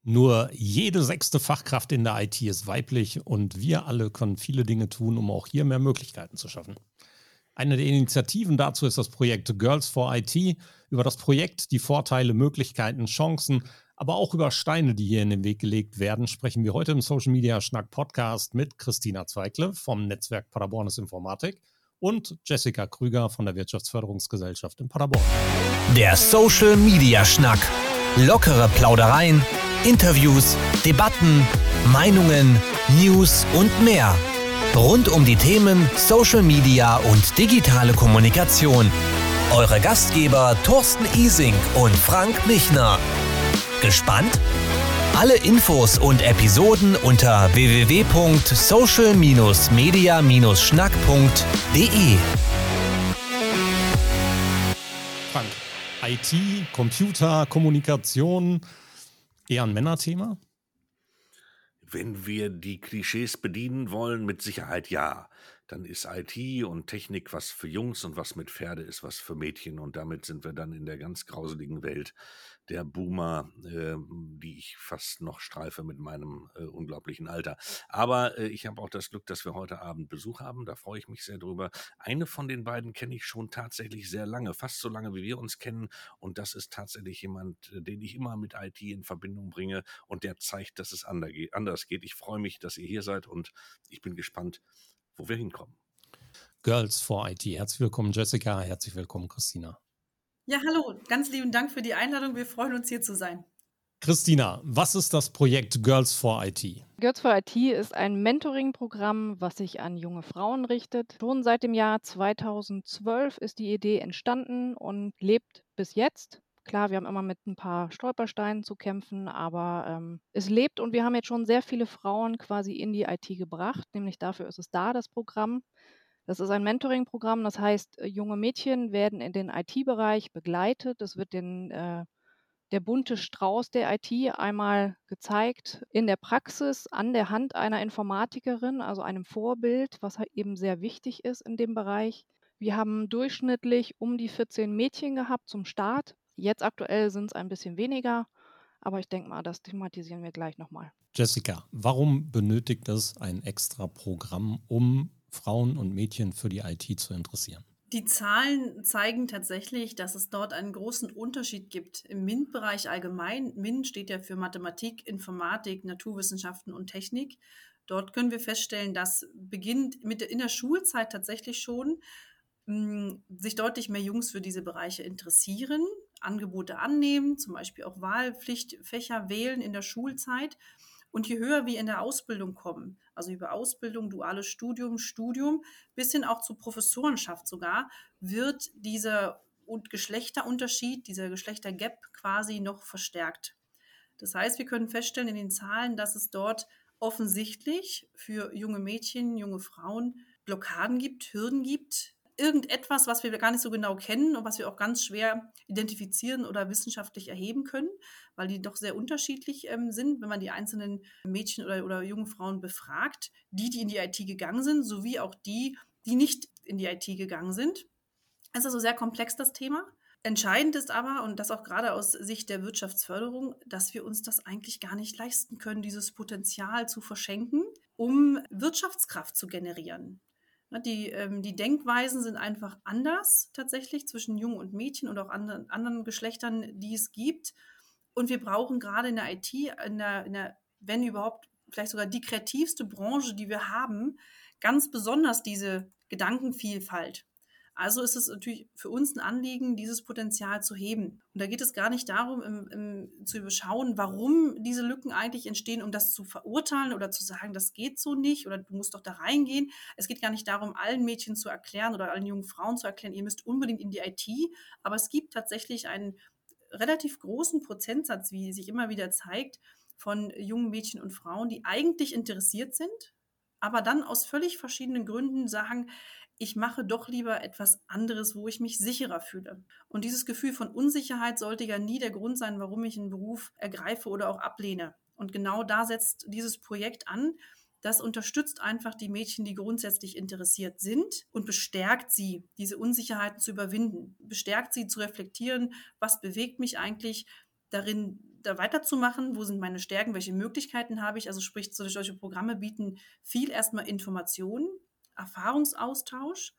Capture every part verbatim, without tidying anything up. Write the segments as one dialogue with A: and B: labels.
A: Nur jede sechste Fachkraft in der I T ist weiblich und wir alle können viele Dinge tun, um auch hier mehr Möglichkeiten zu schaffen. Eine der Initiativen dazu ist das Projekt Girls for I T. Über das Projekt, die Vorteile, Möglichkeiten, Chancen, aber auch über Steine, die hier in den Weg gelegt werden, sprechen wir heute im Social Media Schnack Podcast mit Christina Zweikle vom Netzwerk Paderbornis Informatik und Jessica Krüger von der Wirtschaftsförderungsgesellschaft in Paderborn.
B: Der Social Media Schnack. Lockere Plaudereien, Interviews, Debatten, Meinungen, News und mehr. Rund um die Themen Social Media und digitale Kommunikation. Eure Gastgeber Thorsten Ising und Frank Michner. Gespannt? Alle Infos und Episoden unter w w w punkt social media schnack punkt d e.
A: Frank, I T, Computer, Kommunikation, eher ein Männerthema?
C: Wenn wir die Klischees bedienen wollen, mit Sicherheit ja. Dann ist I T und Technik was für Jungs und was mit Pferde ist was für Mädchen. Und damit sind wir dann in der ganz grauseligen Welt der Boomer, äh, die ich fast noch streife mit meinem äh, unglaublichen Alter. Aber äh, ich habe auch das Glück, dass wir heute Abend Besuch haben. Da freue ich mich sehr drüber. Eine von den beiden kenne ich schon tatsächlich sehr lange, fast so lange, wie wir uns kennen. Und das ist tatsächlich jemand, den ich immer mit I T in Verbindung bringe. Und der zeigt, dass es anders geht. Ich freue mich, dass ihr hier seid und ich bin gespannt, wo wir hinkommen.
A: Girls for I T. Herzlich willkommen, Jessica. Herzlich willkommen, Christina.
D: Ja, hallo. Ganz lieben Dank für die Einladung. Wir freuen uns, hier zu sein.
A: Christina, was ist das Projekt Girls for I T?
E: Girls for I T ist ein Mentoring-Programm, was sich an junge Frauen richtet. Schon seit dem Jahr zweitausendzwölf ist die Idee entstanden und lebt bis jetzt. Klar, wir haben immer mit ein paar Stolpersteinen zu kämpfen, aber ähm, es lebt und wir haben jetzt schon sehr viele Frauen quasi in die I T gebracht, nämlich dafür ist es da, das Programm. Das ist ein Mentoring-Programm, das heißt, äh, junge Mädchen werden in den I T-Bereich begleitet. Es wird den, äh, der bunte Strauß der I T einmal gezeigt in der Praxis an der Hand einer Informatikerin, also einem Vorbild, was halt eben sehr wichtig ist in dem Bereich. Wir haben durchschnittlich um die vierzehn Mädchen gehabt zum Start. Jetzt aktuell sind es ein bisschen weniger, aber ich denke mal, das thematisieren wir gleich nochmal.
A: Jessica, warum benötigt es ein extra Programm, um Frauen und Mädchen für die I T zu interessieren?
D: Die Zahlen zeigen tatsächlich, dass es dort einen großen Unterschied gibt. Im MINT-Bereich allgemein, MINT steht ja für Mathematik, Informatik, Naturwissenschaften und Technik. Dort können wir feststellen, dass beginnt mit der, in der Schulzeit tatsächlich schon mh, sich deutlich mehr Jungs für diese Bereiche interessieren, Angebote annehmen, zum Beispiel auch Wahlpflichtfächer wählen in der Schulzeit. Und je höher wir in der Ausbildung kommen, also über Ausbildung, duales Studium, Studium, bis hin auch zu Professorenschaft sogar, wird dieser Geschlechterunterschied, dieser Geschlechtergap quasi noch verstärkt. Das heißt, wir können feststellen in den Zahlen, dass es dort offensichtlich für junge Mädchen, junge Frauen Blockaden gibt, Hürden gibt, irgendetwas, was wir gar nicht so genau kennen und was wir auch ganz schwer identifizieren oder wissenschaftlich erheben können, weil die doch sehr unterschiedlich ähm, sind, wenn man die einzelnen Mädchen oder, oder jungen Frauen befragt, die, die in die I T gegangen sind, sowie auch die, die nicht in die I T gegangen sind. Es ist also sehr komplex, das Thema. Entscheidend ist aber, und das auch gerade aus Sicht der Wirtschaftsförderung, dass wir uns das eigentlich gar nicht leisten können, dieses Potenzial zu verschenken, um Wirtschaftskraft zu generieren. Die, ähm, die Denkweisen sind einfach anders tatsächlich zwischen Jungen und Mädchen und auch anderen, anderen Geschlechtern, die es gibt. Und wir brauchen gerade in der I T, in der, in der, wenn überhaupt vielleicht sogar die kreativste Branche, die wir haben, ganz besonders diese Gedankenvielfalt. Also ist es natürlich für uns ein Anliegen, dieses Potenzial zu heben. Und da geht es gar nicht darum, im, im, zu überschauen, warum diese Lücken eigentlich entstehen, um das zu verurteilen oder zu sagen, das geht so nicht oder du musst doch da reingehen. Es geht gar nicht darum, allen Mädchen zu erklären oder allen jungen Frauen zu erklären, ihr müsst unbedingt in die I T. Aber es gibt tatsächlich einen relativ großen Prozentsatz, wie sich immer wieder zeigt, von jungen Mädchen und Frauen, die eigentlich interessiert sind, aber dann aus völlig verschiedenen Gründen sagen, ich mache doch lieber etwas anderes, wo ich mich sicherer fühle. Und dieses Gefühl von Unsicherheit sollte ja nie der Grund sein, warum ich einen Beruf ergreife oder auch ablehne. Und genau da setzt dieses Projekt an. Das unterstützt einfach die Mädchen, die grundsätzlich interessiert sind und bestärkt sie, diese Unsicherheiten zu überwinden, bestärkt sie zu reflektieren, was bewegt mich eigentlich darin, da weiterzumachen. Wo sind meine Stärken? Welche Möglichkeiten habe ich? Also sprich, so- solche Programme bieten viel erstmal Informationen, Erfahrungsaustausch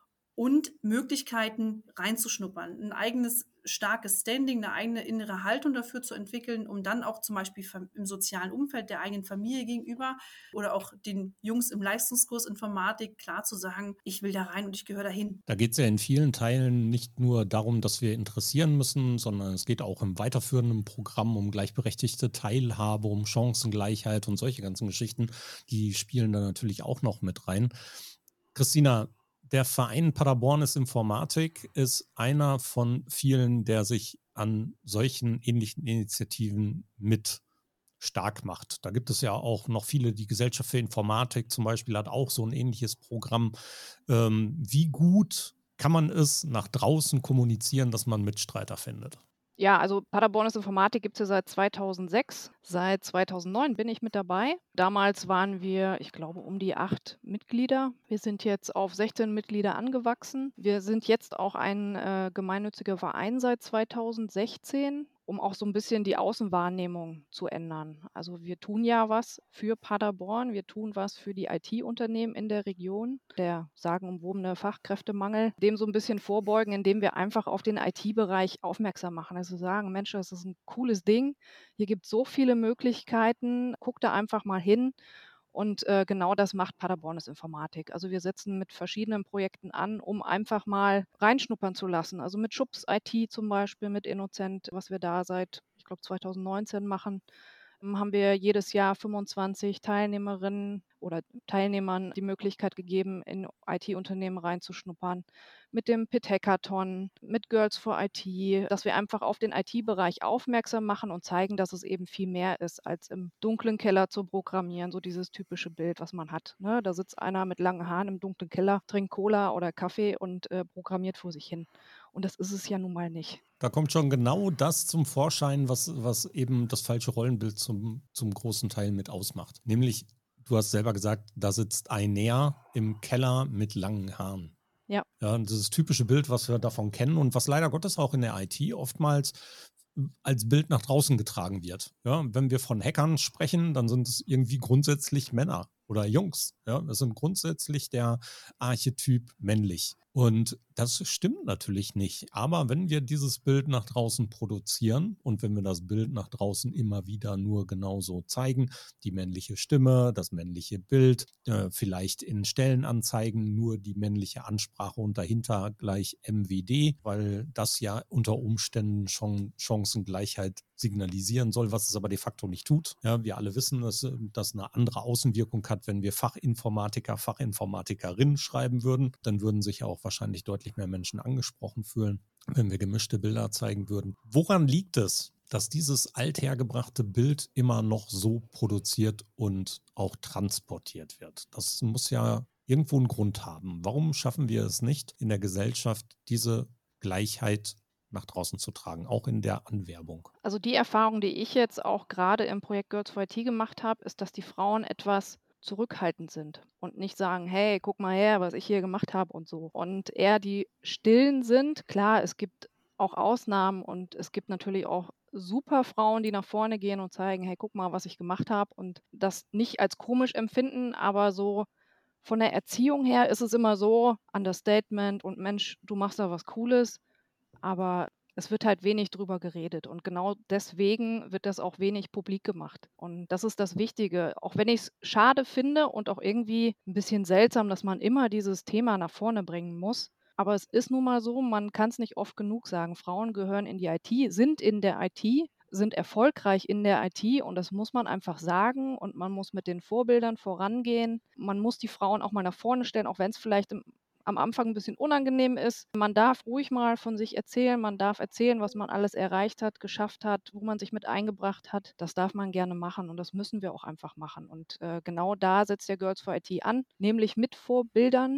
D: und Möglichkeiten reinzuschnuppern. Ein eigenes starkes Standing, eine eigene innere Haltung dafür zu entwickeln, um dann auch zum Beispiel fam- im sozialen Umfeld der eigenen Familie gegenüber oder auch den Jungs im Leistungskurs Informatik klar zu sagen, ich will da rein und ich gehöre dahin.
A: Da geht es ja in vielen Teilen nicht nur darum, dass wir interessieren müssen, sondern es geht auch im weiterführenden Programm um gleichberechtigte Teilhabe, um Chancengleichheit und solche ganzen Geschichten. Die spielen da natürlich auch noch mit rein. Christina, der Verein Paderborn ist Informatik ist einer von vielen, der sich an solchen ähnlichen Initiativen mit stark macht. Da gibt es ja auch noch viele, die Gesellschaft für Informatik zum Beispiel hat auch so ein ähnliches Programm. Ähm, wie gut kann man es nach draußen kommunizieren, dass man Mitstreiter findet?
E: Ja, also Paderborn ist Informatik gibt es ja seit zweitausendsechs. Seit zweitausendneun bin ich mit dabei. Damals waren wir, ich glaube, um die acht Mitglieder. Wir sind jetzt auf sechzehn Mitglieder angewachsen. Wir sind jetzt auch ein äh, gemeinnütziger Verein seit zweitausendsechzehn, um auch so ein bisschen die Außenwahrnehmung zu ändern. Also wir tun ja was für Paderborn, wir tun was für die I T-Unternehmen in der Region. Der sagenumwobene Fachkräftemangel, dem so ein bisschen vorbeugen, indem wir einfach auf den I T-Bereich aufmerksam machen. Also sagen, Mensch, das ist ein cooles Ding. Hier gibt es so viele Möglichkeiten. Guck da einfach mal hin. Und äh, genau das macht Paderborn ist Informatik. Also wir setzen mit verschiedenen Projekten an, um einfach mal reinschnuppern zu lassen. Also mit Schubs I T zum Beispiel, mit Innocent, was wir da seit, ich glaube, zweitausendneunzehn machen, ähm, haben wir jedes Jahr fünfundzwanzig Teilnehmerinnen oder Teilnehmern die Möglichkeit gegeben, in I T-Unternehmen reinzuschnuppern. Mit dem P I T-Hackathon, mit Girls for I T, dass wir einfach auf den I T-Bereich aufmerksam machen und zeigen, dass es eben viel mehr ist, als im dunklen Keller zu programmieren, so dieses typische Bild, was man hat. Ne? Da sitzt einer mit langen Haaren im dunklen Keller, trinkt Cola oder Kaffee und äh, programmiert vor sich hin. Und das ist es ja nun mal nicht.
A: Da kommt schon genau das zum Vorschein, was, was eben das falsche Rollenbild zum, zum großen Teil mit ausmacht. Nämlich, du hast selber gesagt, da sitzt einer im Keller mit langen Haaren.
E: Ja.
A: Ja, und dieses typische Bild, was wir davon kennen und was leider Gottes auch in der I T oftmals als Bild nach draußen getragen wird. Ja, wenn wir von Hackern sprechen, dann sind es irgendwie grundsätzlich Männer oder Jungs. Ja, das sind grundsätzlich der Archetyp männlich. Und das stimmt natürlich nicht. Aber wenn wir dieses Bild nach draußen produzieren und wenn wir das Bild nach draußen immer wieder nur genauso zeigen, die männliche Stimme, das männliche Bild, äh, vielleicht in Stellenanzeigen nur die männliche Ansprache und dahinter gleich M W D, weil das ja unter Umständen schon Chancengleichheit signalisieren soll, was es aber de facto nicht tut. Ja, wir alle wissen, dass das eine andere Außenwirkung hat, wenn wir Fachinformatiker, Fachinformatikerin schreiben würden, dann würden sich auch wahrscheinlich deutlich mehr Menschen angesprochen fühlen, wenn wir gemischte Bilder zeigen würden. Woran liegt es, dass dieses althergebrachte Bild immer noch so produziert und auch transportiert wird? Das muss ja irgendwo einen Grund haben. Warum schaffen wir es nicht, in der Gesellschaft diese Gleichheit nach draußen zu tragen, auch in der Anwerbung?
E: Also die Erfahrung, die ich jetzt auch gerade im Projekt Girls for I T gemacht habe, ist, dass die Frauen etwas zurückhaltend sind und nicht sagen, hey, guck mal her, was ich hier gemacht habe und so. Und eher die Stillen sind. Klar, es gibt auch Ausnahmen und es gibt natürlich auch super Frauen, die nach vorne gehen und zeigen, hey, guck mal, was ich gemacht habe und das nicht als komisch empfinden, aber so von der Erziehung her ist es immer so, Understatement und Mensch, du machst da was Cooles, aber es wird halt wenig drüber geredet und genau deswegen wird das auch wenig publik gemacht. Und das ist das Wichtige. Auch wenn ich es schade finde und auch irgendwie ein bisschen seltsam, dass man immer dieses Thema nach vorne bringen muss. Aber es ist nun mal so, man kann es nicht oft genug sagen. Frauen gehören in die I T, sind in der I T, sind erfolgreich in der I T und das muss man einfach sagen und man muss mit den Vorbildern vorangehen. Man muss die Frauen auch mal nach vorne stellen, auch wenn es vielleicht im am Anfang ein bisschen unangenehm ist. Man darf ruhig mal von sich erzählen. Man darf erzählen, was man alles erreicht hat, geschafft hat, wo man sich mit eingebracht hat. Das darf man gerne machen und das müssen wir auch einfach machen. Und äh, genau da setzt der Girls for I T an, nämlich mit Vorbildern.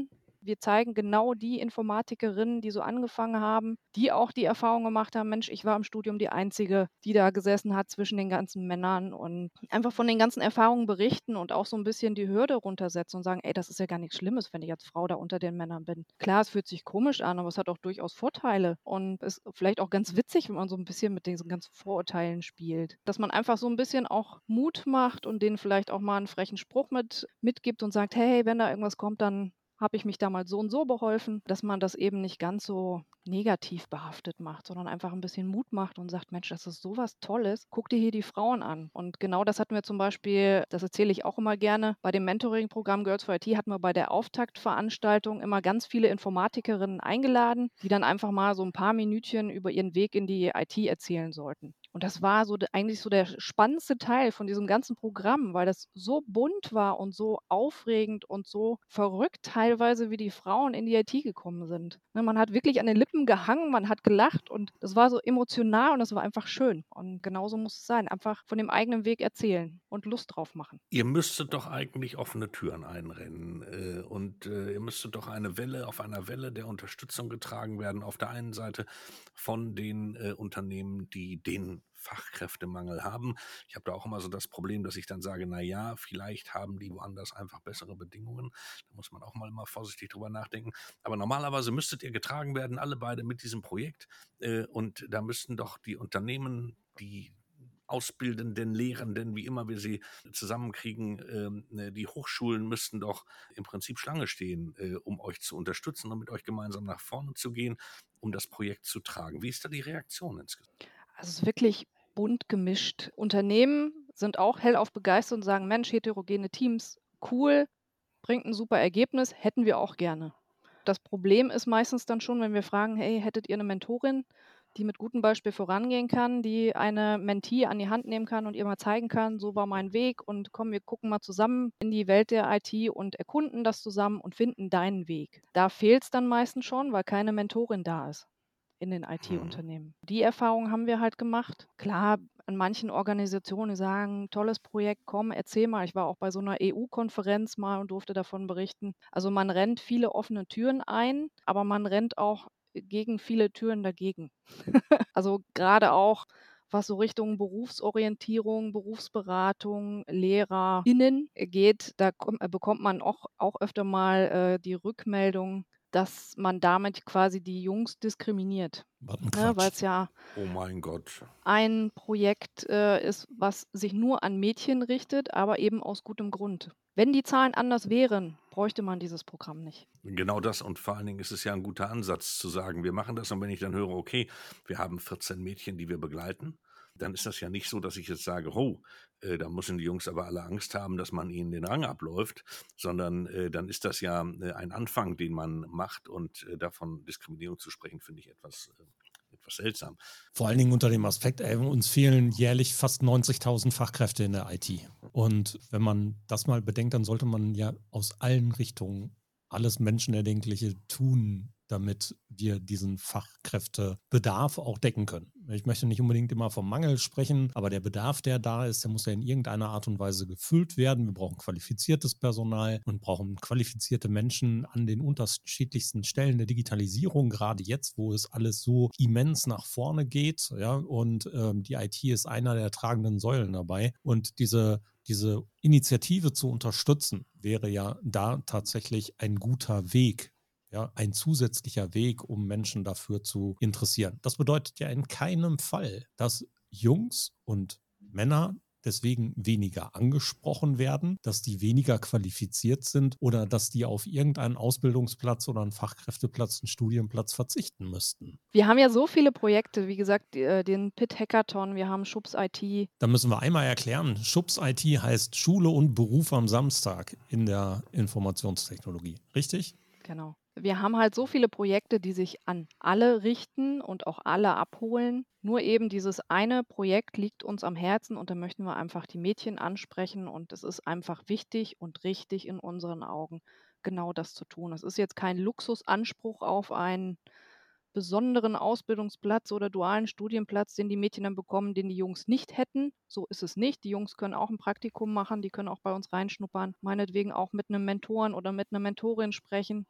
E: wir zeigen genau die Informatikerinnen, die so angefangen haben, die auch die Erfahrung gemacht haben, Mensch, ich war im Studium die Einzige, die da gesessen hat zwischen den ganzen Männern und einfach von den ganzen Erfahrungen berichten und auch so ein bisschen die Hürde runtersetzen und sagen, ey, das ist ja gar nichts Schlimmes, wenn ich als Frau da unter den Männern bin. Klar, es fühlt sich komisch an, aber es hat auch durchaus Vorteile und ist vielleicht auch ganz witzig, wenn man so ein bisschen mit diesen ganzen Vorurteilen spielt. Dass man einfach so ein bisschen auch Mut macht und denen vielleicht auch mal einen frechen Spruch mit mitgibt und sagt: „Hey, wenn da irgendwas kommt, dann habe ich mich damals so und so beholfen“, dass man das eben nicht ganz so negativ behaftet macht, sondern einfach ein bisschen Mut macht und sagt: „Mensch, das ist so was Tolles. Guck dir hier die Frauen an.“ Und genau das hatten wir zum Beispiel, das erzähle ich auch immer gerne, bei dem Mentoring-Programm Girls for I T hatten wir bei der Auftaktveranstaltung immer ganz viele Informatikerinnen eingeladen, die dann einfach mal so ein paar Minütchen über ihren Weg in die I T erzählen sollten. Und das war so d eigentlich so der spannendste Teil von diesem ganzen Programm, weil das so bunt war und so aufregend und so verrückt teilweise, wie die Frauen in die I T gekommen sind. Ne, man hat wirklich an den Lippen gehangen, man hat gelacht und das war so emotional und das war einfach schön. Und genauso muss es sein. Einfach von dem eigenen Weg erzählen und Lust drauf machen.
C: Ihr müsstet doch eigentlich offene Türen einrennen, äh, und, äh, ihr müsstet doch eine Welle auf einer Welle der Unterstützung getragen werden. Auf der einen Seite von den, äh, Unternehmen, die den Fachkräftemangel haben. Ich habe da auch immer so das Problem, dass ich dann sage: „Na ja, vielleicht haben die woanders einfach bessere Bedingungen.“ Da muss man auch mal immer vorsichtig drüber nachdenken. Aber normalerweise müsstet ihr getragen werden, alle beide mit diesem Projekt, äh, und da müssten doch die Unternehmen, die Ausbildenden, Lehrenden, wie immer wir sie zusammenkriegen, ähm, ne, die Hochschulen müssten doch im Prinzip Schlange stehen, äh, um euch zu unterstützen und mit euch gemeinsam nach vorne zu gehen, um das Projekt zu tragen. Wie ist da die Reaktion insgesamt?
E: Also, es ist wirklich bunt gemischt. Unternehmen sind auch hellauf begeistert und sagen: „Mensch, heterogene Teams, cool, bringt ein super Ergebnis, hätten wir auch gerne.“ Das Problem ist meistens dann schon, wenn wir fragen: „Hey, hättet ihr eine Mentorin, die mit gutem Beispiel vorangehen kann, die eine Mentee an die Hand nehmen kann und ihr mal zeigen kann: ‚So war mein Weg und komm, wir gucken mal zusammen in die Welt der I T und erkunden das zusammen und finden deinen Weg.‘“ Da fehlt es dann meistens schon, weil keine Mentorin da ist in den
C: Mhm.
E: I T-Unternehmen. Die Erfahrung haben wir halt gemacht. Klar, an manchen Organisationen, die sagen: „Tolles Projekt, komm, erzähl mal.“ Ich war auch bei so einer E U-Konferenz mal und durfte davon berichten. Also, man rennt viele offene Türen ein, aber man rennt auch gegen viele Türen dagegen. Also, gerade auch, was so Richtung Berufsorientierung, Berufsberatung, LehrerInnen geht, da komm äh, bekommt man auch auch öfter mal, äh, die Rückmeldung, dass man damit quasi die Jungs diskriminiert,
A: Was 'n
E: ne? Weil
A: Quatsch.
E: es ja
C: Oh mein Gott.
E: ein Projekt, äh, ist, was sich nur an Mädchen richtet, aber eben aus gutem Grund. Wenn die Zahlen anders wären, bräuchte man dieses Programm nicht.
C: Genau das, und vor allen Dingen ist es ja ein guter Ansatz zu sagen: „Wir machen das“, und wenn ich dann höre: „Okay, wir haben vierzehn Mädchen, die wir begleiten“, dann ist das ja nicht so, dass ich jetzt sage: „Oh, äh, da müssen die Jungs aber alle Angst haben, dass man ihnen den Rang abläuft“, sondern, äh, dann ist das ja, äh, ein Anfang, den man macht, und, äh, davon Diskriminierung zu sprechen, finde ich etwas, äh, etwas seltsam.
A: Vor allen Dingen unter dem Aspekt, ey, uns fehlen jährlich fast neunzigtausend Fachkräfte in der I T. Und wenn man das mal bedenkt, dann sollte man ja aus allen Richtungen alles Menschenerdenkliche tun, damit wir diesen Fachkräftebedarf auch decken können. Ich möchte nicht unbedingt immer vom Mangel sprechen, aber der Bedarf, der da ist, der muss ja in irgendeiner Art und Weise gefüllt werden. Wir brauchen qualifiziertes Personal und brauchen qualifizierte Menschen an den unterschiedlichsten Stellen der Digitalisierung, gerade jetzt, wo es alles so immens nach vorne geht. Ja, und ähm, die I T ist einer der tragenden Säulen dabei. Und diese diese Initiative zu unterstützen, wäre ja da tatsächlich ein guter Weg, ja, ein zusätzlicher Weg, um Menschen dafür zu interessieren. Das bedeutet ja in keinem Fall, dass Jungs und Männer deswegen weniger angesprochen werden, dass die weniger qualifiziert sind oder dass die auf irgendeinen Ausbildungsplatz oder einen Fachkräfteplatz, einen Studienplatz verzichten müssten.
E: Wir haben ja so viele Projekte, wie gesagt, äh, den Pit Hackathon, wir haben Schubs I T.
A: Da müssen wir einmal erklären, Schubs I T heißt Schule und Beruf am Samstag in der Informationstechnologie, richtig?
E: Genau. Wir haben halt so viele Projekte, die sich an alle richten und auch alle abholen. Nur eben dieses eine Projekt liegt uns am Herzen und da möchten wir einfach die Mädchen ansprechen und es ist einfach wichtig und richtig in unseren Augen, genau das zu tun. Es ist jetzt kein Luxusanspruch auf einen besonderen Ausbildungsplatz oder dualen Studienplatz, den die Mädchen dann bekommen, den die Jungs nicht hätten. So ist es nicht. Die Jungs können auch ein Praktikum machen, die können auch bei uns reinschnuppern, meinetwegen auch mit einem Mentoren oder mit einer Mentorin sprechen.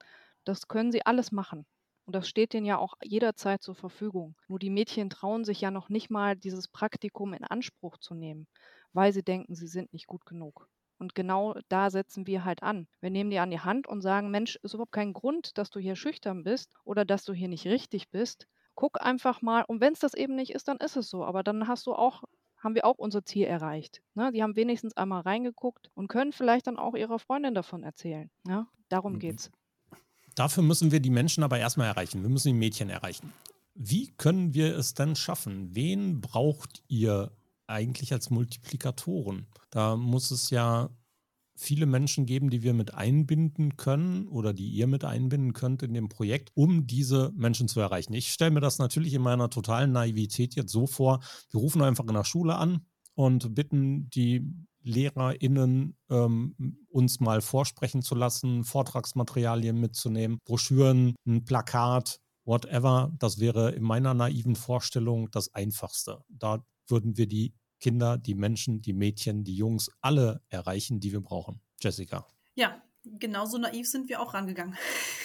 E: Das können sie alles machen. Und das steht denen ja auch jederzeit zur Verfügung. Nur die Mädchen trauen sich ja noch nicht mal, dieses Praktikum in Anspruch zu nehmen, weil sie denken, sie sind nicht gut genug. Und genau da setzen wir halt an. Wir nehmen die an die Hand und sagen, Mensch, ist überhaupt kein Grund, dass du hier schüchtern bist oder dass du hier nicht richtig bist. Guck einfach mal, und wenn es das eben nicht ist, dann ist es so. Aber dann hast du auch, haben wir auch unser Ziel erreicht. Ne? Die haben wenigstens einmal reingeguckt und können vielleicht dann auch ihrer Freundin davon erzählen. Ja? Darum geht's.
A: Dafür müssen wir die Menschen aber erstmal erreichen. Wir müssen die Mädchen erreichen. Wie können wir es denn schaffen? Wen braucht ihr eigentlich als Multiplikatoren? Da muss es ja viele Menschen geben, die wir mit einbinden können oder die ihr mit einbinden könnt in dem Projekt, um diese Menschen zu erreichen. Ich stelle mir das natürlich in meiner totalen Naivität jetzt so vor, wir rufen einfach in der Schule an und bitten die LehrerInnen, ähm, uns mal vorsprechen zu lassen, Vortragsmaterialien mitzunehmen, Broschüren, ein Plakat, whatever. Das wäre in meiner naiven Vorstellung das Einfachste. Da würden wir die Kinder, die Menschen, die Mädchen, die Jungs, alle erreichen, die wir brauchen. Jessica.
D: Ja, genauso naiv sind wir auch rangegangen.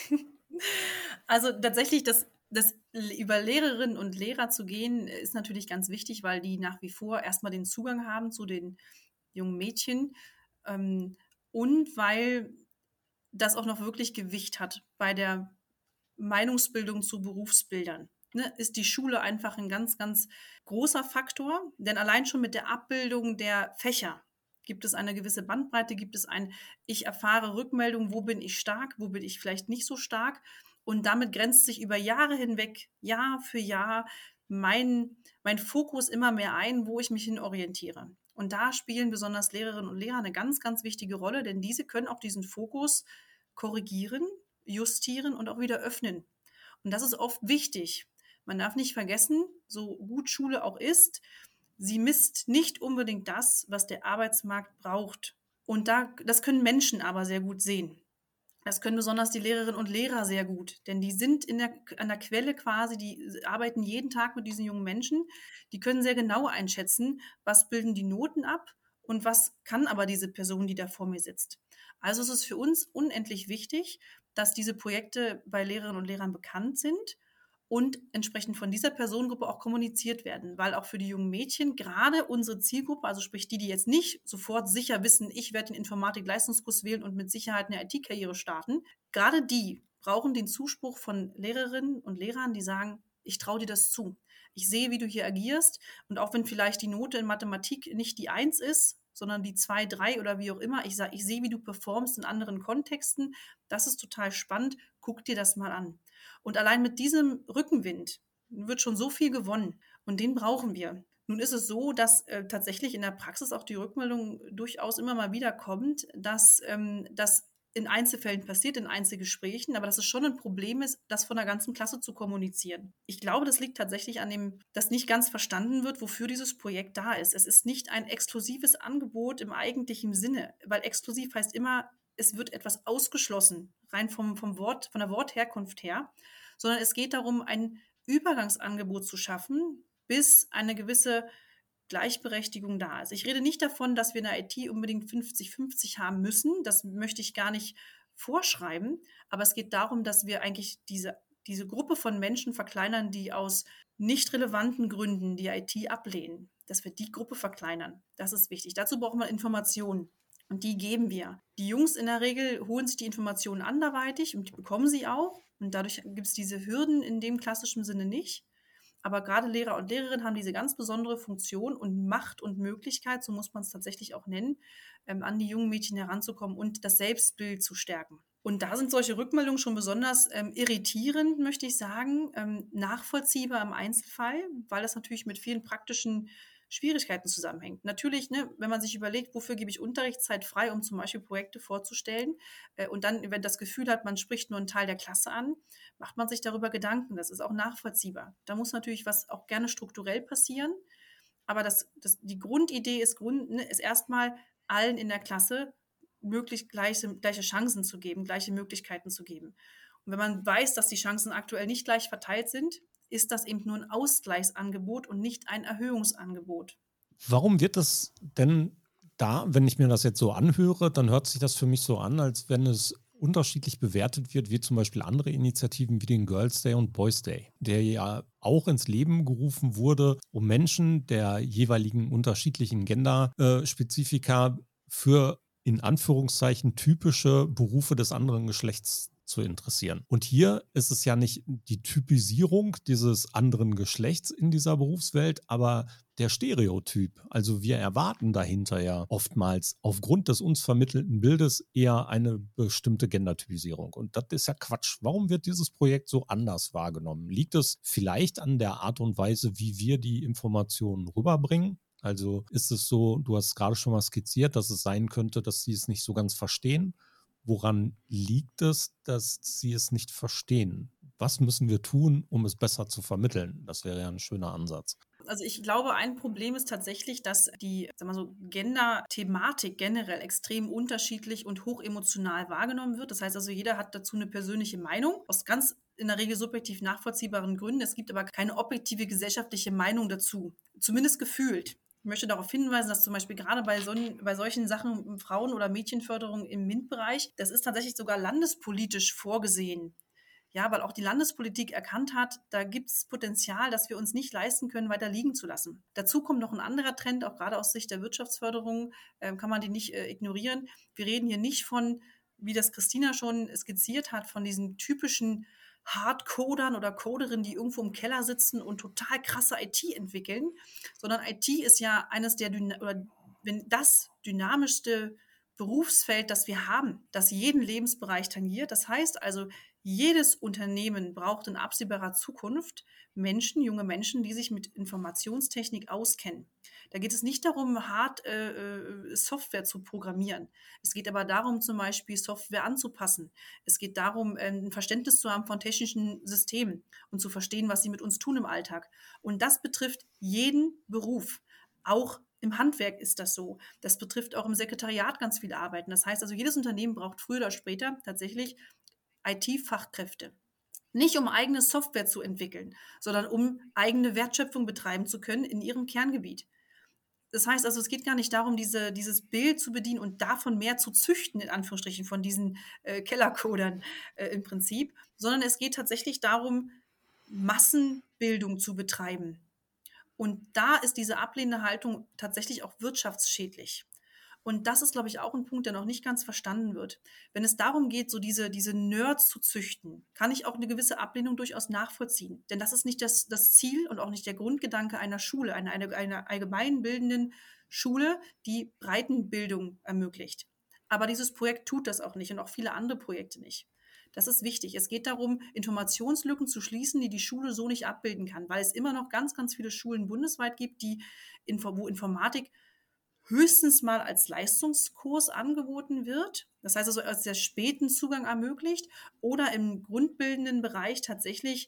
D: Also tatsächlich, das, das über Lehrerinnen und Lehrer zu gehen, ist natürlich ganz wichtig, weil die nach wie vor erstmal den Zugang haben zu den jungen Mädchen ähm, und weil das auch noch wirklich Gewicht hat bei der Meinungsbildung zu Berufsbildern. Ne, ist die Schule einfach ein ganz, ganz großer Faktor, denn allein schon mit der Abbildung der Fächer gibt es eine gewisse Bandbreite, gibt es ein, ich erfahre Rückmeldung, wo bin ich stark, wo bin ich vielleicht nicht so stark und damit grenzt sich über Jahre hinweg, Jahr für Jahr, mein, mein Fokus immer mehr ein, wo ich mich hin orientiere. Und da spielen besonders Lehrerinnen und Lehrer eine ganz, ganz wichtige Rolle, denn diese können auch diesen Fokus korrigieren, justieren und auch wieder öffnen. Und das ist oft wichtig. Man darf nicht vergessen, so gut Schule auch ist, sie misst nicht unbedingt das, was der Arbeitsmarkt braucht. Und da, das können Menschen aber sehr gut sehen. Das können besonders die Lehrerinnen und Lehrer sehr gut, denn die sind in der, an der Quelle quasi, die arbeiten jeden Tag mit diesen jungen Menschen, die können sehr genau einschätzen, was bilden die Noten ab und was kann aber diese Person, die da vor mir sitzt. Also es ist für uns unendlich wichtig, dass diese Projekte bei Lehrerinnen und Lehrern bekannt sind und entsprechend von dieser Personengruppe auch kommuniziert werden, weil auch für die jungen Mädchen, gerade unsere Zielgruppe, also sprich die, die jetzt nicht sofort sicher wissen, ich werde den Informatik-Leistungskurs wählen und mit Sicherheit eine I T-Karriere starten, gerade die brauchen den Zuspruch von Lehrerinnen und Lehrern, die sagen, ich traue dir das zu. Ich sehe, wie du hier agierst und auch wenn vielleicht die Note in Mathematik nicht die Eins ist, sondern die zwei, drei oder wie auch immer, ich sage, ich sehe, wie du performst in anderen Kontexten, das ist total spannend, guck dir das mal an. Und allein mit diesem Rückenwind wird schon so viel gewonnen und den brauchen wir. Nun ist es so, dass äh, tatsächlich in der Praxis auch die Rückmeldung durchaus immer mal wieder kommt, dass ähm, das in Einzelfällen passiert, in Einzelgesprächen, aber dass es schon ein Problem ist, das von der ganzen Klasse zu kommunizieren. Ich glaube, das liegt tatsächlich an dem, dass nicht ganz verstanden wird, wofür dieses Projekt da ist. Es ist nicht ein exklusives Angebot im eigentlichen Sinne, weil exklusiv heißt immer, es wird etwas ausgeschlossen, rein vom, vom Wort, von der Wortherkunft her, sondern es geht darum, ein Übergangsangebot zu schaffen, bis eine gewisse Gleichberechtigung da ist. Ich rede nicht davon, dass wir in der I T unbedingt fünfzig fünfzig haben müssen. Das möchte ich gar nicht vorschreiben. Aber es geht darum, dass wir eigentlich diese, diese Gruppe von Menschen verkleinern, die aus nicht relevanten Gründen die I T ablehnen. Dass wir die Gruppe verkleinern. Das ist wichtig. Dazu brauchen wir Informationen. Und die geben wir. Die Jungs in der Regel holen sich die Informationen anderweitig und die bekommen sie auch. Und dadurch gibt es diese Hürden in dem klassischen Sinne nicht. Aber gerade Lehrer und Lehrerinnen haben diese ganz besondere Funktion und Macht und Möglichkeit, so muss man es tatsächlich auch nennen, ähm, an die jungen Mädchen heranzukommen und das Selbstbild zu stärken. Und da sind solche Rückmeldungen schon besonders ähm, irritierend, möchte ich sagen, ähm, nachvollziehbar im Einzelfall, weil das natürlich mit vielen praktischen Schwierigkeiten zusammenhängt. Natürlich, ne, wenn man sich überlegt, wofür gebe ich Unterrichtszeit frei, um zum Beispiel Projekte vorzustellen äh, und dann, wenn das Gefühl hat, man spricht nur einen Teil der Klasse an, macht man sich darüber Gedanken. Das ist auch nachvollziehbar. Da muss natürlich was auch gerne strukturell passieren, aber das, das, die Grundidee ist, Grund, ne, ist erstmal allen in der Klasse möglichst gleiche, gleiche Chancen zu geben, gleiche Möglichkeiten zu geben. Und wenn man weiß, dass die Chancen aktuell nicht gleich verteilt sind, ist das eben nur ein Ausgleichsangebot und nicht ein Erhöhungsangebot.
A: Warum wird das denn da, wenn ich mir das jetzt so anhöre, dann hört sich das für mich so an, als wenn es unterschiedlich bewertet wird, wie zum Beispiel andere Initiativen wie den Girls Day und Boys Day, der ja auch ins Leben gerufen wurde, um Menschen der jeweiligen unterschiedlichen Gender-Spezifika für in Anführungszeichen typische Berufe des anderen Geschlechts zu interessieren. Und hier ist es ja nicht die Typisierung dieses anderen Geschlechts in dieser Berufswelt, aber der Stereotyp. Also wir erwarten dahinter ja oftmals aufgrund des uns vermittelten Bildes eher eine bestimmte Gendertypisierung. Und das ist ja Quatsch. Warum wird dieses Projekt so anders wahrgenommen? Liegt es vielleicht an der Art und Weise, wie wir die Informationen rüberbringen? Also ist es so, du hast gerade schon mal skizziert, dass es sein könnte, dass sie es nicht so ganz verstehen. Woran liegt es, dass sie es nicht verstehen? Was müssen wir tun, um es besser zu vermitteln? Das wäre ja ein schöner Ansatz.
D: Also ich glaube, ein Problem ist tatsächlich, dass die, sag mal so, Gender-Thematik generell extrem unterschiedlich und hochemotional wahrgenommen wird. Das heißt also, jeder hat dazu eine persönliche Meinung, aus ganz in der Regel subjektiv nachvollziehbaren Gründen. Es gibt aber keine objektive gesellschaftliche Meinung dazu, zumindest gefühlt. Ich möchte darauf hinweisen, dass zum Beispiel gerade bei, so, bei solchen Sachen Frauen- oder Mädchenförderung im MINT-Bereich, das ist tatsächlich sogar landespolitisch vorgesehen. Ja, weil auch die Landespolitik erkannt hat, da gibt es Potenzial, das wir uns nicht leisten können, weiter liegen zu lassen. Dazu kommt noch ein anderer Trend, auch gerade aus Sicht der Wirtschaftsförderung, äh, kann man den nicht äh, ignorieren. Wir reden hier nicht von, wie das Christina schon skizziert hat, von diesen typischen Hardcodern oder Coderinnen, die irgendwo im Keller sitzen und total krasse I T entwickeln, sondern I T ist ja eines der, Dyna- oder wenn das dynamischste Berufsfeld, das wir haben, das jeden Lebensbereich tangiert. Das heißt also, jedes Unternehmen braucht in absehbarer Zukunft Menschen, junge Menschen, die sich mit Informationstechnik auskennen. Da geht es nicht darum, hart äh, Software zu programmieren. Es geht aber darum, zum Beispiel Software anzupassen. Es geht darum, ein Verständnis zu haben von technischen Systemen und zu verstehen, was sie mit uns tun im Alltag. Und das betrifft jeden Beruf. Auch im Handwerk ist das so. Das betrifft auch im Sekretariat ganz viele Arbeiten. Das heißt also, jedes Unternehmen braucht früher oder später tatsächlich I T-Fachkräfte. Nicht um eigene Software zu entwickeln, sondern um eigene Wertschöpfung betreiben zu können in ihrem Kerngebiet. Das heißt also, es geht gar nicht darum, diese, dieses Bild zu bedienen und davon mehr zu züchten, in Anführungsstrichen, von diesen äh, Kellercodern äh, im Prinzip, sondern es geht tatsächlich darum, Massenbildung zu betreiben. Und da ist diese ablehnende Haltung tatsächlich auch wirtschaftsschädlich. Und das ist, glaube ich, auch ein Punkt, der noch nicht ganz verstanden wird. Wenn es darum geht, so diese, diese Nerds zu züchten, kann ich auch eine gewisse Ablehnung durchaus nachvollziehen. Denn das ist nicht das, das Ziel und auch nicht der Grundgedanke einer Schule, einer, einer, einer allgemeinbildenden Schule, die Breitenbildung ermöglicht. Aber dieses Projekt tut das auch nicht und auch viele andere Projekte nicht. Das ist wichtig. Es geht darum, Informationslücken zu schließen, die die Schule so nicht abbilden kann, weil es immer noch ganz, ganz viele Schulen bundesweit gibt, die, wo Informatik höchstens mal als Leistungskurs angeboten wird. Das heißt also als sehr späten Zugang ermöglicht oder im grundbildenden Bereich tatsächlich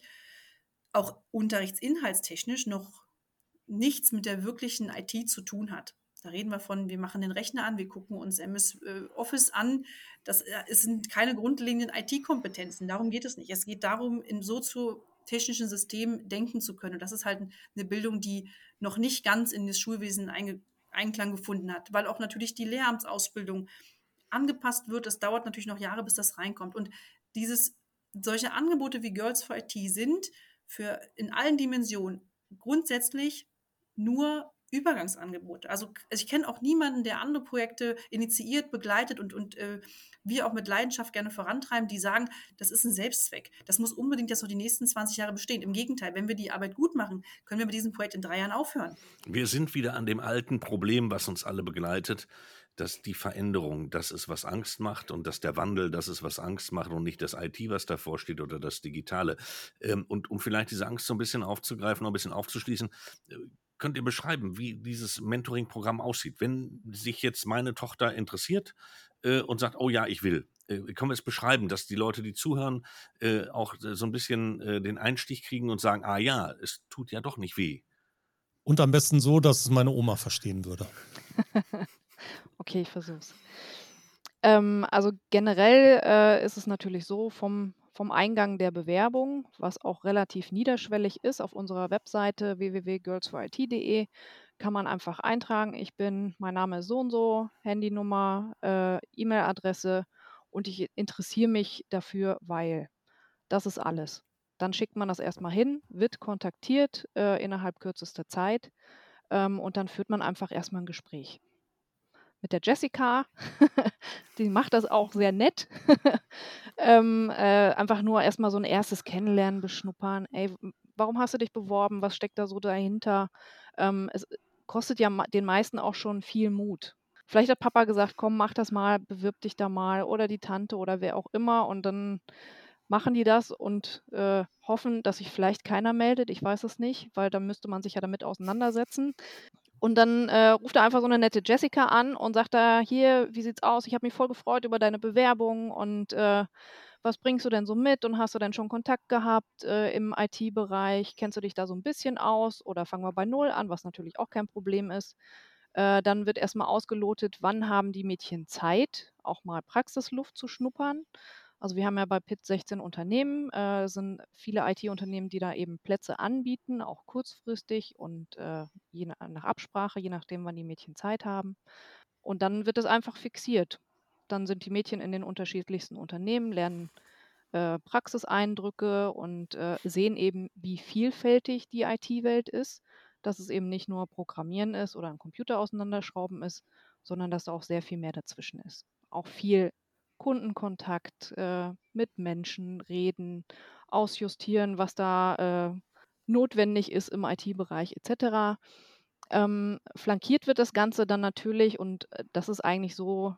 D: auch unterrichtsinhaltstechnisch noch nichts mit der wirklichen I T zu tun hat. Da reden wir von, wir machen den Rechner an, wir gucken uns M S Office an. Das sind keine grundlegenden I T-Kompetenzen. Darum geht es nicht. Es geht darum, in soziotechnischen Systemen denken zu können. Und das ist halt eine Bildung, die noch nicht ganz in das Schulwesen einge Einklang gefunden hat, weil auch natürlich die Lehramtsausbildung angepasst wird. Es dauert natürlich noch Jahre, bis das reinkommt. Und dieses, solche Angebote wie Girls for I T sind für in allen Dimensionen grundsätzlich nur Übergangsangebote. Also ich kenne auch niemanden, der andere Projekte initiiert, begleitet und, und äh, wir auch mit Leidenschaft gerne vorantreiben, die sagen, das ist ein Selbstzweck. Das muss unbedingt jetzt noch die nächsten zwanzig Jahre bestehen. Im Gegenteil, wenn wir die Arbeit gut machen, können wir mit diesem Projekt in drei Jahren aufhören.
C: Wir sind wieder an dem alten Problem, was uns alle begleitet, dass die Veränderung das ist, was Angst macht und dass der Wandel das ist, was Angst macht und nicht das I T, was davor steht oder das Digitale. Und um vielleicht diese Angst so ein bisschen aufzugreifen, noch ein bisschen aufzuschließen, könnt ihr beschreiben, wie dieses Mentoring-Programm aussieht? Wenn sich jetzt meine Tochter interessiert äh, und sagt, oh ja, ich will, äh, können wir es beschreiben, dass die Leute, die zuhören, äh, auch so ein bisschen äh, den Einstich kriegen und sagen, ah ja, es tut ja doch nicht weh.
A: Und am besten so, dass es meine Oma verstehen würde.
E: Okay, ich versuch's. Ähm, also generell äh, ist es natürlich so, vom, vom Eingang der Bewerbung, was auch relativ niederschwellig ist, auf unserer Webseite w w w punkt girls for I T punkt d e kann man einfach eintragen, ich bin, mein Name ist so und so, Handynummer, äh, E-Mail-Adresse und ich interessiere mich dafür, weil. Das ist alles. Dann schickt man das erst mal hin, wird kontaktiert, äh, innerhalb kürzester Zeit, ähm, und dann führt man einfach erst mal 'n Gespräch. Mit der Jessica, die macht das auch sehr nett. Ähm, äh, einfach nur erst mal so 'n erstes Kennenlernen, Beschnuppern. „Ey, w warum hast du dich beworben? Was steckt da so dahinter?“ Ähm, es kostet ja ma den meisten auch schon viel Mut. Vielleicht hat Papa gesagt: „Komm, mach das mal, bewirb dich da mal“ oder die Tante oder wer auch immer und dann machen die das und, äh, hoffen, dass sich vielleicht keiner meldet. Ich weiß es nicht, weil dann müsste man sich ja damit auseinandersetzen. Und dann, äh, ruft da einfach so 'ne nette Jessica an und sagt da: „Hier, wie sieht's aus? Ich habe mich voll gefreut über deine Bewerbung und, äh, was bringst du denn so mit und hast du denn schon Kontakt gehabt, äh, im I T-Bereich? Kennst du dich da so 'n bisschen aus oder fangen wir bei null an?“ Was natürlich auch kein Problem ist. Äh, dann wird erst mal ausgelotet, wann haben die Mädchen Zeit, auch mal Praxisluft zu schnuppern. Also, wir haben ja bei P I T sechzehn Unternehmen, äh, sind viele I T-Unternehmen, die da eben Plätze anbieten, auch kurzfristig und, äh, je na nach Absprache, je nachdem, wann die Mädchen Zeit haben. Und dann wird das einfach fixiert. Dann sind die Mädchen in den unterschiedlichsten Unternehmen, lernen, äh, Praxiseindrücke und, äh, sehen eben, wie vielfältig die I T-Welt ist, dass es eben nicht nur Programmieren ist oder 'n Computer auseinanderschrauben ist, sondern dass da auch sehr viel mehr dazwischen ist. Auch viel Kundenkontakt, äh, mit Menschen reden, ausjustieren, was da, äh, notwendig ist im I T-Bereich et cetera. Ähm, flankiert wird das Ganze dann natürlich und, äh, das ist eigentlich so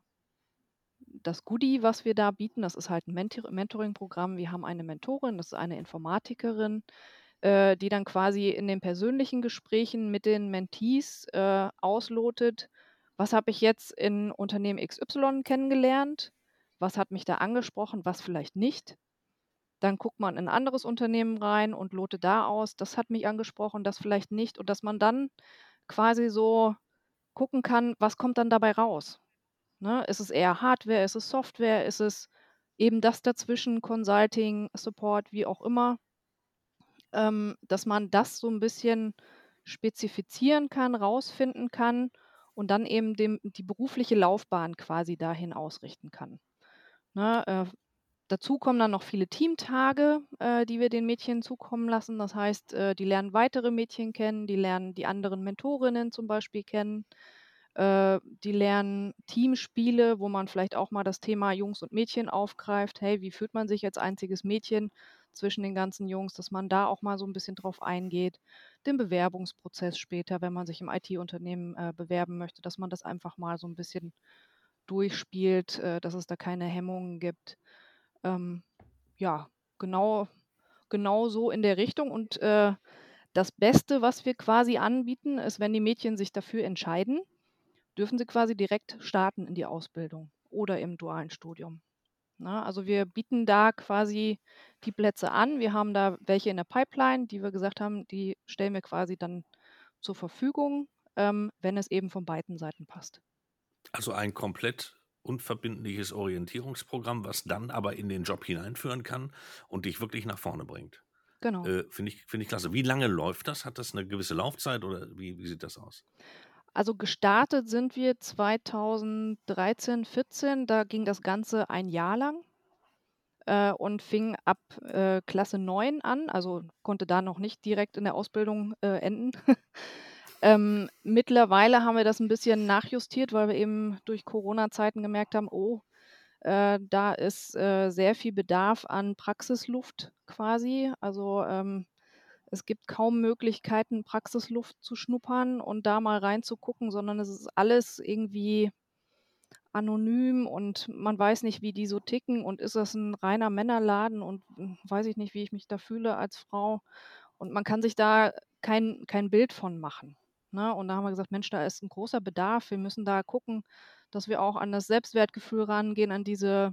E: das Goodie, was wir da bieten. Das ist halt 'n Mentir Mentoring-Programm. Wir haben eine Mentorin, das ist eine Informatikerin, äh, die dann quasi in den persönlichen Gesprächen mit den Mentees, äh, auslotet: „Was habe ich jetzt in Unternehmen X Y kennengelernt? Was hat mich da angesprochen, was vielleicht nicht?“ Dann guckt man in 'n anderes Unternehmen rein und lotet da aus: „Das hat mich angesprochen, das vielleicht nicht.“ Und dass man dann quasi so gucken kann, was kommt dann dabei raus, ne? Ist es eher Hardware, ist es Software, ist es eben das dazwischen, Consulting, Support, wie auch immer. Ähm, dass man das so 'n bisschen spezifizieren kann, rausfinden kann und dann eben dem die berufliche Laufbahn quasi dahin ausrichten kann, ne? Äh, dazu kommen dann noch viele Teamtage, äh, die wir den Mädchen zukommen lassen. Das heißt, äh, die lernen weitere Mädchen kennen, die lernen die anderen Mentorinnen zum Beispiel kennen. Äh, die lernen Teamspiele, wo man vielleicht auch mal das Thema Jungs und Mädchen aufgreift. Hey, wie fühlt man sich als einziges Mädchen zwischen den ganzen Jungs, dass man da auch mal so 'n bisschen drauf eingeht. Den Bewerbungsprozess später, wenn man sich im I T-Unternehmen, äh, bewerben möchte, dass man das einfach mal so 'n bisschen durchspielt, äh, dass es da keine Hemmungen gibt. Ähm, ja, genau genau so in der Richtung und, äh, das Beste, was wir quasi anbieten, ist, wenn die Mädchen sich dafür entscheiden, dürfen sie quasi direkt starten in die Ausbildung oder im dualen Studium, ne? Also, wir bieten da quasi die Plätze an. Wir haben da welche in der Pipeline, die wir gesagt haben, die stellen wir quasi dann zur Verfügung, ähm, wenn es eben von beiden Seiten passt.
C: Also, ein komplett unverbindliches Orientierungsprogramm, was dann aber in den Job hineinführen kann und dich wirklich nach vorne bringt.
E: Genau.
C: Äh, finde ich finde ich klasse. Wie lange läuft das? Hat das 'ne gewisse Laufzeit oder wie wie sieht das aus?
E: Also, gestartet sind wir zweitausenddreizehn, vierzehn, da ging das Ganze ein Jahr lang, äh, und fing ab, äh, Klasse neun an, also, konnte da noch nicht direkt in der Ausbildung, äh, enden. Ähm, mittlerweile haben wir das 'n bisschen nachjustiert, weil wir eben durch Corona-Zeiten gemerkt haben: „Oh, äh, da ist, äh, sehr viel Bedarf an Praxisluft quasi.“ Also, ähm, es gibt kaum Möglichkeiten, Praxisluft zu schnuppern und da mal reinzugucken, sondern es ist alles irgendwie anonym und man weiß nicht, wie die so ticken und ist das 'n reiner Männerladen und, hm, weiß ich nicht, wie ich mich da fühle als Frau. Und man kann sich da kein kein Bild von machen, ne? Und da haben wir gesagt: „Mensch, da ist 'n großer Bedarf. Wir müssen da gucken, dass wir auch an das Selbstwertgefühl rangehen, an diese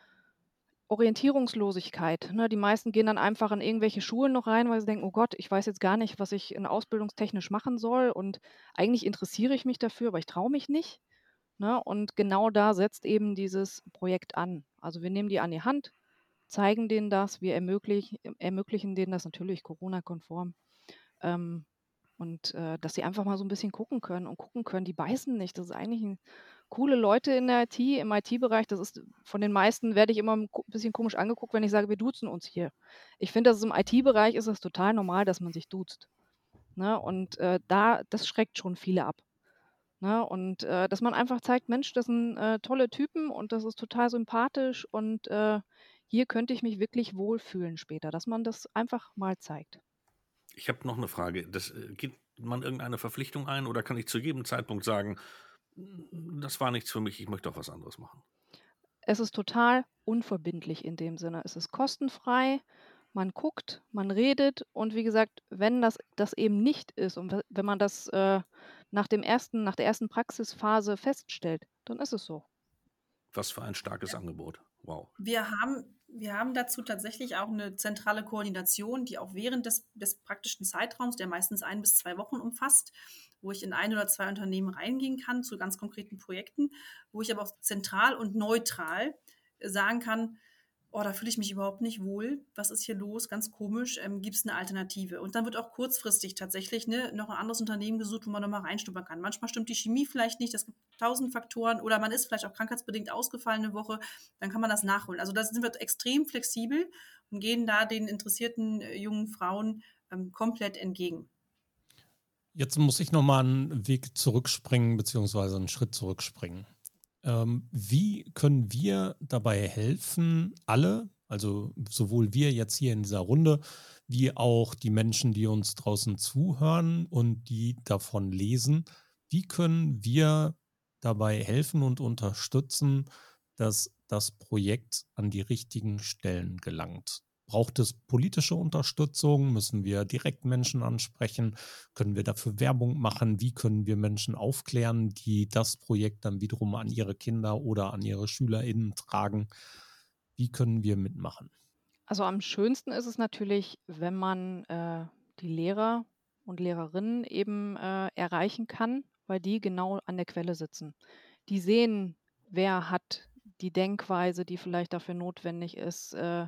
E: Orientierungslosigkeit“, ne? Die meisten gehen dann einfach in irgendwelche Schulen noch rein, weil sie denken: „Oh Gott, ich weiß jetzt gar nicht, was ich in ausbildungstechnisch machen soll und eigentlich interessiere ich mich dafür, aber ich traue mich nicht“, ne? Und genau da setzt eben dieses Projekt an. Also, wir nehmen die an die Hand, zeigen denen das, wir ermöglich ermöglichen denen das natürlich Corona-konform, ähm, und, äh, dass sie einfach mal so 'n bisschen gucken können und gucken können. Die beißen nicht. Das ist eigentlich 'n coole Leute in der I T, im I T-Bereich. Das ist von den meisten werde ich immer 'n ko bisschen komisch angeguckt, wenn ich sage: „Wir duzen uns hier." Ich finde, dass es im I T-Bereich ist es total normal, dass man sich duzt, ne? Und, äh, da das schreckt schon viele ab, ne? Und, äh, dass man einfach zeigt: „Mensch, das sind, äh, tolle Typen und das ist total sympathisch und, äh, hier könnte ich mich wirklich wohlfühlen später", dass man das einfach mal zeigt.
C: Ich habe noch eine Frage. Das, äh, geht man irgendeine Verpflichtung ein oder kann ich zu jedem Zeitpunkt sagen: „Hm, das war nichts für mich, ich möchte auch was anderes machen?“
E: Es ist total unverbindlich in dem Sinne. Es ist kostenfrei. Man guckt, man redet und wie gesagt, wenn das das eben nicht ist und we wenn man das, äh, nach dem ersten nach der ersten Praxisphase feststellt, dann ist es so.
C: Was für ein starkes Angebot. Wow.
D: Wir haben wir haben dazu tatsächlich auch eine zentrale Koordination, die auch während des des praktischen Zeitraums, der meistens ein bis zwei Wochen umfasst, wo ich in ein oder zwei Unternehmen reingehen kann zu ganz konkreten Projekten, wo ich aber auch zentral und neutral äh, sagen kann: „Oh, da fühle ich mich überhaupt nicht wohl. Was ist hier los? Ganz komisch. Ähm, Gibt es eine Alternative?“ Und dann wird auch kurzfristig tatsächlich, ne, noch ein anderes Unternehmen gesucht, wo man noch mal reinschnuppern kann. Manchmal stimmt die Chemie vielleicht nicht, es gibt tausend Faktoren oder man ist vielleicht auch krankheitsbedingt ausgefallen 'ne Woche, dann kann man das nachholen. Also, da sind wir extrem flexibel und gehen da den interessierten, äh, jungen Frauen, ähm, komplett entgegen.
A: Jetzt muss ich noch mal 'n Weg zurückspringen beziehungsweise einen Schritt zurückspringen. Ähm, wie können wir dabei helfen, alle, also sowohl wir jetzt hier in dieser Runde, wie auch die Menschen, die uns draußen zuhören und die davon lesen, wie können wir dabei helfen und unterstützen, dass das Projekt an die richtigen Stellen gelangt? Braucht es politische Unterstützung? Müssen wir direkt Menschen ansprechen? Können wir dafür Werbung machen? Wie können wir Menschen aufklären, die das Projekt dann wiederum an ihre Kinder oder an ihre SchülerInnen tragen? Wie können wir mitmachen?
E: Also, am schönsten ist es natürlich, wenn man, äh, die Lehrer und Lehrerinnen eben, äh, erreichen kann, weil die genau an der Quelle sitzen. Die sehen, wer hat die Denkweise, die vielleicht dafür notwendig ist, äh,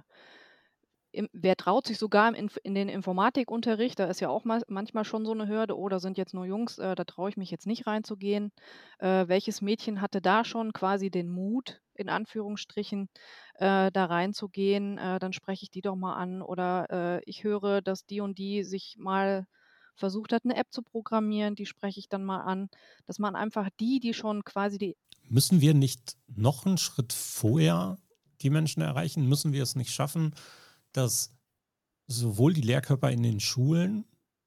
E: im wer traut sich sogar im Inf in den Informatikunterricht, da ist ja auch mal manchmal schon so eine Hürde: „Oh, da sind jetzt nur Jungs, äh, da traue ich mich jetzt nicht reinzugehen." Äh, welches Mädchen hatte da schon quasi den Mut, in Anführungsstrichen, äh, da reinzugehen? Äh, dann spreche ich die doch mal an. Oder, äh, ich höre, dass die und die sich mal versucht hat, eine App zu programmieren, die spreche ich dann mal an. Dass man einfach die, die schon quasi die
A: Müssen wir nicht noch einen Schritt vorher die Menschen erreichen? Müssen wir es nicht schaffen, dass sowohl die Lehrkörper in den Schulen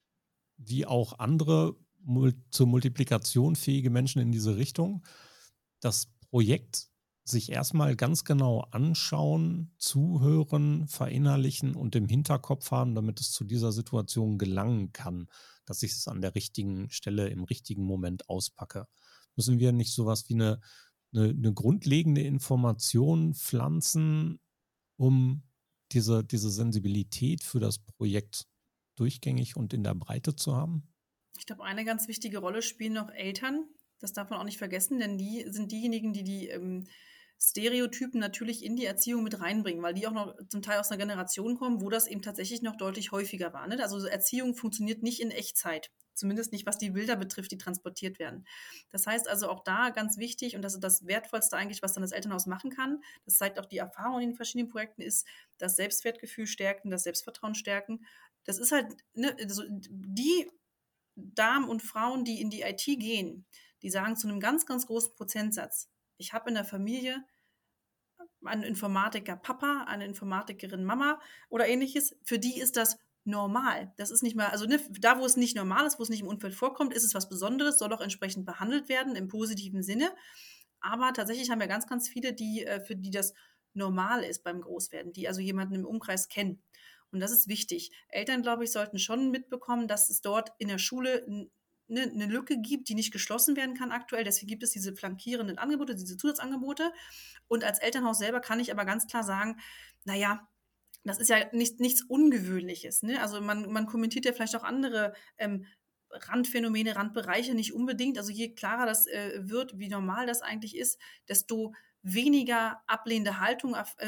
A: wie auch andere mul zur Multiplikation fähige Menschen in diese Richtung das Projekt sich erstmal ganz genau anschauen, zuhören, verinnerlichen und im Hinterkopf haben, damit es zu dieser Situation gelangen kann, dass ich es an der richtigen Stelle im richtigen Moment auspacke. Müssen wir nicht sowas wie eine, eine, eine grundlegende Information pflanzen, um diese, diese Sensibilität für das Projekt durchgängig und in der Breite zu haben?
D: Ich glaube, eine ganz wichtige Rolle spielen noch Eltern. Das darf man auch nicht vergessen, denn die sind diejenigen, die die ähm, Stereotypen natürlich in die Erziehung mit reinbringen, weil die auch noch zum Teil aus einer Generation kommen, wo das eben tatsächlich noch deutlich häufiger war. Ne? Also Erziehung funktioniert nicht in Echtzeit. Zumindest nicht, was die Bilder betrifft, die transportiert werden. Das heißt also auch da ganz wichtig, und das ist das Wertvollste eigentlich, was dann das Elternhaus machen kann, das zeigt auch die Erfahrung in den verschiedenen Projekten, ist das Selbstwertgefühl stärken, das Selbstvertrauen stärken. Das ist halt, ne, also die Damen und Frauen, die in die I T gehen, die sagen zu einem ganz, ganz großen Prozentsatz: „Ich habe in der Familie einen Informatiker Papa, eine Informatikerin Mama oder Ähnliches.“ Für die ist das normal. Das ist nicht mal, also, ne, da, wo es nicht normal ist, wo es nicht im Umfeld vorkommt, ist es was Besonderes, soll auch entsprechend behandelt werden im positiven Sinne. Aber tatsächlich haben wir ganz, ganz viele, die, äh, für die das normal ist beim Großwerden, die also jemanden im Umkreis kennen. Und das ist wichtig. Eltern, glaube ich, sollten schon mitbekommen, dass es dort in der Schule 'n 'ne 'ne Lücke gibt, die nicht geschlossen werden kann aktuell. Deswegen gibt es diese flankierenden Angebote, diese Zusatzangebote. Und als Elternhaus selber kann ich aber ganz klar sagen: „Na ja, das ist ja nicht nichts Ungewöhnliches“, ne? Also, man man kommentiert ja vielleicht auch andere, ähm, Randphänomene, Randbereiche nicht unbedingt. Also, je klarer das, äh, wird, wie normal das eigentlich ist, desto weniger ablehnende Haltung af äh,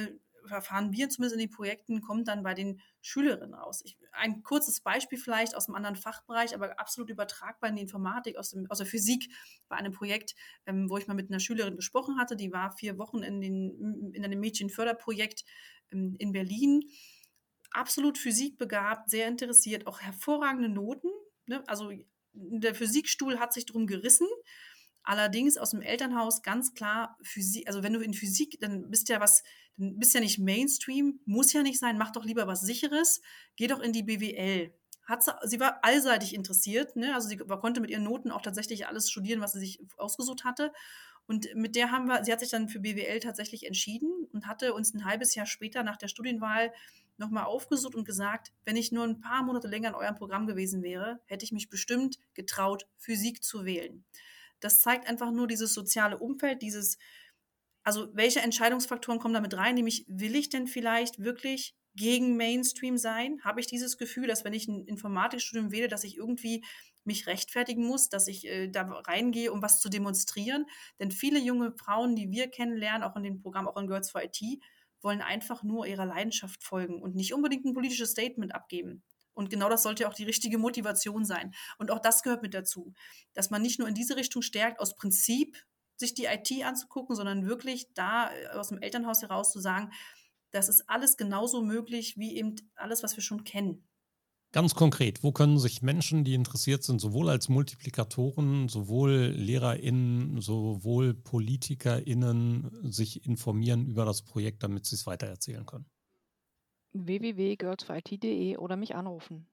D: erfahren wir zumindest in den Projekten, kommt dann bei den Schülerinnen raus. Ich, ein kurzes Beispiel vielleicht aus einem anderen Fachbereich, aber absolut übertragbar in die Informatik, aus, dem, aus der Physik, bei einem Projekt, ähm, wo ich mal mit einer Schülerin gesprochen hatte, die war vier Wochen in, den, in einem Mädchenförderprojekt ähm, in Berlin, absolut physikbegabt, sehr interessiert, auch hervorragende Noten, ne? Also der Physikstuhl hat sich drum gerissen. Allerdings aus dem Elternhaus ganz klar Physik, also wenn du in Physik, dann bist ja was, dann bist ja nicht Mainstream, muss ja nicht sein, mach doch lieber was Sicheres, geh doch in die B W L. Hat sie, sie war allseitig interessiert, ne? Also sie konnte mit ihren Noten auch tatsächlich alles studieren, was sie sich ausgesucht hatte. Und mit der haben wir, sie hat sich dann für B W L tatsächlich entschieden und hatte uns ein halbes Jahr später nach der Studienwahl nochmal aufgesucht und gesagt, wenn ich nur ein paar Monate länger in eurem Programm gewesen wäre, hätte ich mich bestimmt getraut, Physik zu wählen. Das zeigt einfach nur dieses soziale Umfeld, dieses, also welche Entscheidungsfaktoren kommen da mit rein, nämlich will ich denn vielleicht wirklich gegen Mainstream sein? Habe ich dieses Gefühl, dass wenn ich ein Informatikstudium wähle, dass ich irgendwie mich rechtfertigen muss, dass ich äh, da reingehe, um was zu demonstrieren? Denn viele junge Frauen, die wir kennenlernen, auch in dem Programm, auch in Girls for I T, wollen einfach nur ihrer Leidenschaft folgen und nicht unbedingt ein politisches Statement abgeben. Und genau das sollte auch die richtige Motivation sein. Und auch das gehört mit dazu, dass man nicht nur in diese Richtung stärkt, aus Prinzip sich die I T anzugucken, sondern wirklich da aus dem Elternhaus heraus zu sagen, das ist alles genauso möglich wie eben alles, was wir schon kennen.
A: Ganz konkret, wo können sich Menschen, die interessiert sind, sowohl als Multiplikatoren, sowohl LehrerInnen, sowohl PolitikerInnen, sich informieren über das Projekt, damit sie es weitererzählen können?
E: w w w punkt girls for I T punkt d e oder mich anrufen.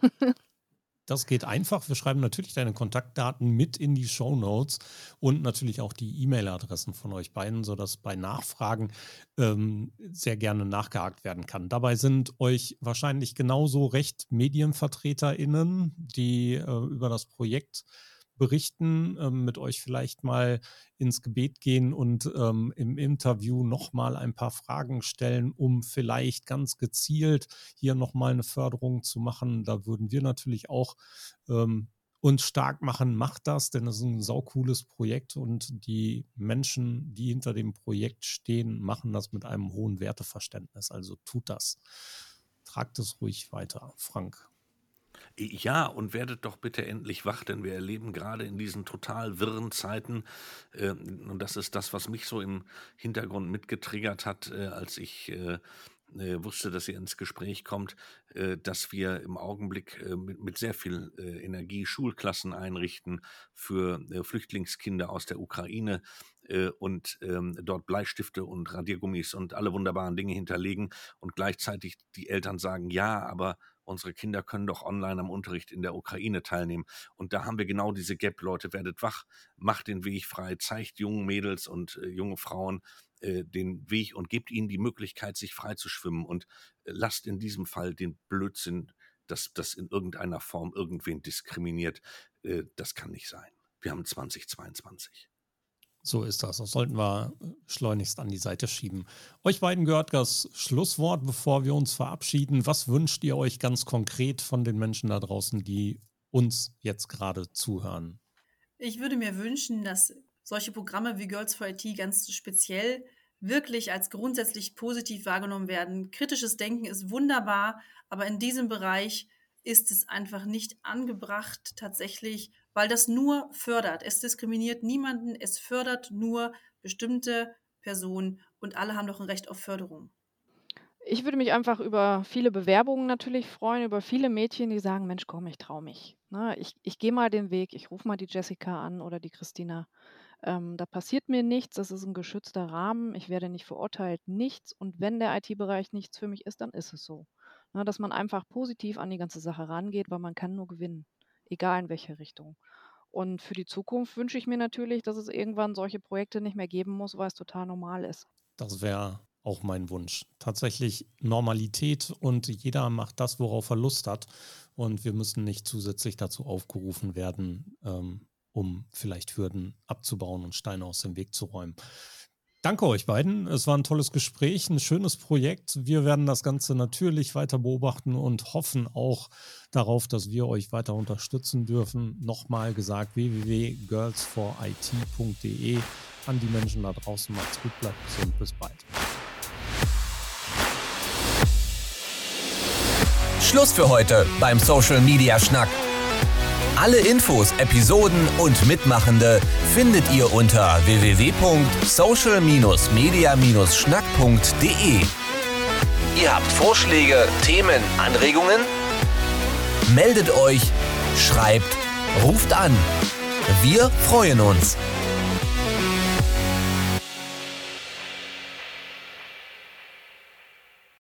A: Das geht einfach. Wir schreiben natürlich deine Kontaktdaten mit in die Shownotes und natürlich auch die E-Mail-Adressen von euch beiden, sodass bei Nachfragen ähm, sehr gerne nachgehakt werden kann. Dabei sind euch wahrscheinlich genauso recht MedienvertreterInnen, die äh, über das Projekt berichten, ähm, mit euch vielleicht mal ins Gebet gehen und ähm, im Interview nochmal ein paar Fragen stellen, um vielleicht ganz gezielt hier nochmal eine Förderung zu machen. Da würden wir natürlich auch ähm, uns stark machen. Macht das, denn es ist ein saucooles Projekt und die Menschen, die hinter dem Projekt stehen, machen das mit einem hohen Werteverständnis. Also tut das. Tragt es ruhig weiter. Frank.
C: Ja, und werdet doch bitte endlich wach, denn wir erleben gerade in diesen total wirren Zeiten, äh, und das ist das, was mich so im Hintergrund mitgetriggert hat, äh, als ich äh, äh, wusste, dass ihr ins Gespräch kommt, äh, dass wir im Augenblick äh, mit, mit sehr viel äh, Energie Schulklassen einrichten für äh, Flüchtlingskinder aus der Ukraine äh, und ähm, dort Bleistifte und Radiergummis und alle wunderbaren Dinge hinterlegen und gleichzeitig die Eltern sagen, ja, aber unsere Kinder können doch online am Unterricht in der Ukraine teilnehmen. Und da haben wir genau diese Gap. Leute, werdet wach, macht den Weg frei, zeigt jungen Mädels und äh, junge Frauen äh, den Weg und gebt ihnen die Möglichkeit, sich frei zu schwimmen. Und äh, lasst in diesem Fall den Blödsinn, dass das in irgendeiner Form irgendwen diskriminiert. Äh, das kann nicht sein. Wir haben zwanzig zweiundzwanzig.
A: So ist das. Das sollten wir schleunigst an die Seite schieben. Euch beiden gehört das Schlusswort, bevor wir uns verabschieden. Was wünscht ihr euch ganz konkret von den Menschen da draußen, die uns jetzt gerade zuhören?
D: Ich würde mir wünschen, dass solche Programme wie Girls for I T ganz speziell wirklich als grundsätzlich positiv wahrgenommen werden. Kritisches Denken ist wunderbar, aber in diesem Bereich ist es einfach nicht angebracht tatsächlich, weil das nur fördert. Es diskriminiert niemanden, es fördert nur bestimmte Personen und alle haben doch ein Recht auf Förderung.
E: Ich würde mich einfach über viele Bewerbungen natürlich freuen, über viele Mädchen, die sagen, Mensch, komm, ich traue mich. Ne, ich ich gehe mal den Weg, ich rufe mal die Jessica an oder die Christina. Ähm, da passiert mir nichts, das ist ein geschützter Rahmen, ich werde nicht verurteilt, nichts. Und wenn der I T-Bereich nichts für mich ist, dann ist es so. Ne, dass man einfach positiv an die ganze Sache rangeht, weil man kann nur gewinnen, egal in welche Richtung. Und für die Zukunft wünsche ich mir natürlich, dass es irgendwann solche Projekte nicht mehr geben muss, weil es total normal ist.
A: Das wäre auch mein Wunsch. Tatsächlich Normalität und jeder macht das, worauf er Lust hat. Und wir müssen nicht zusätzlich dazu aufgerufen werden, ähm, um vielleicht Hürden abzubauen und Steine aus dem Weg zu räumen. Danke euch beiden. Es war ein tolles Gespräch, ein schönes Projekt. Wir werden das Ganze natürlich weiter beobachten und hoffen auch darauf, dass wir euch weiter unterstützen dürfen. Nochmal gesagt, w w w punkt girls for I T punkt d e. An die Menschen da draußen, macht's gut, bleibt gesund, bis bald.
B: Schluss für heute beim Social Media Schnack. Alle Infos, Episoden und Mitmachende findet ihr unter w w w punkt social media schnack punkt d e. Ihr habt Vorschläge, Themen, Anregungen? Meldet euch, schreibt, ruft an. Wir freuen uns.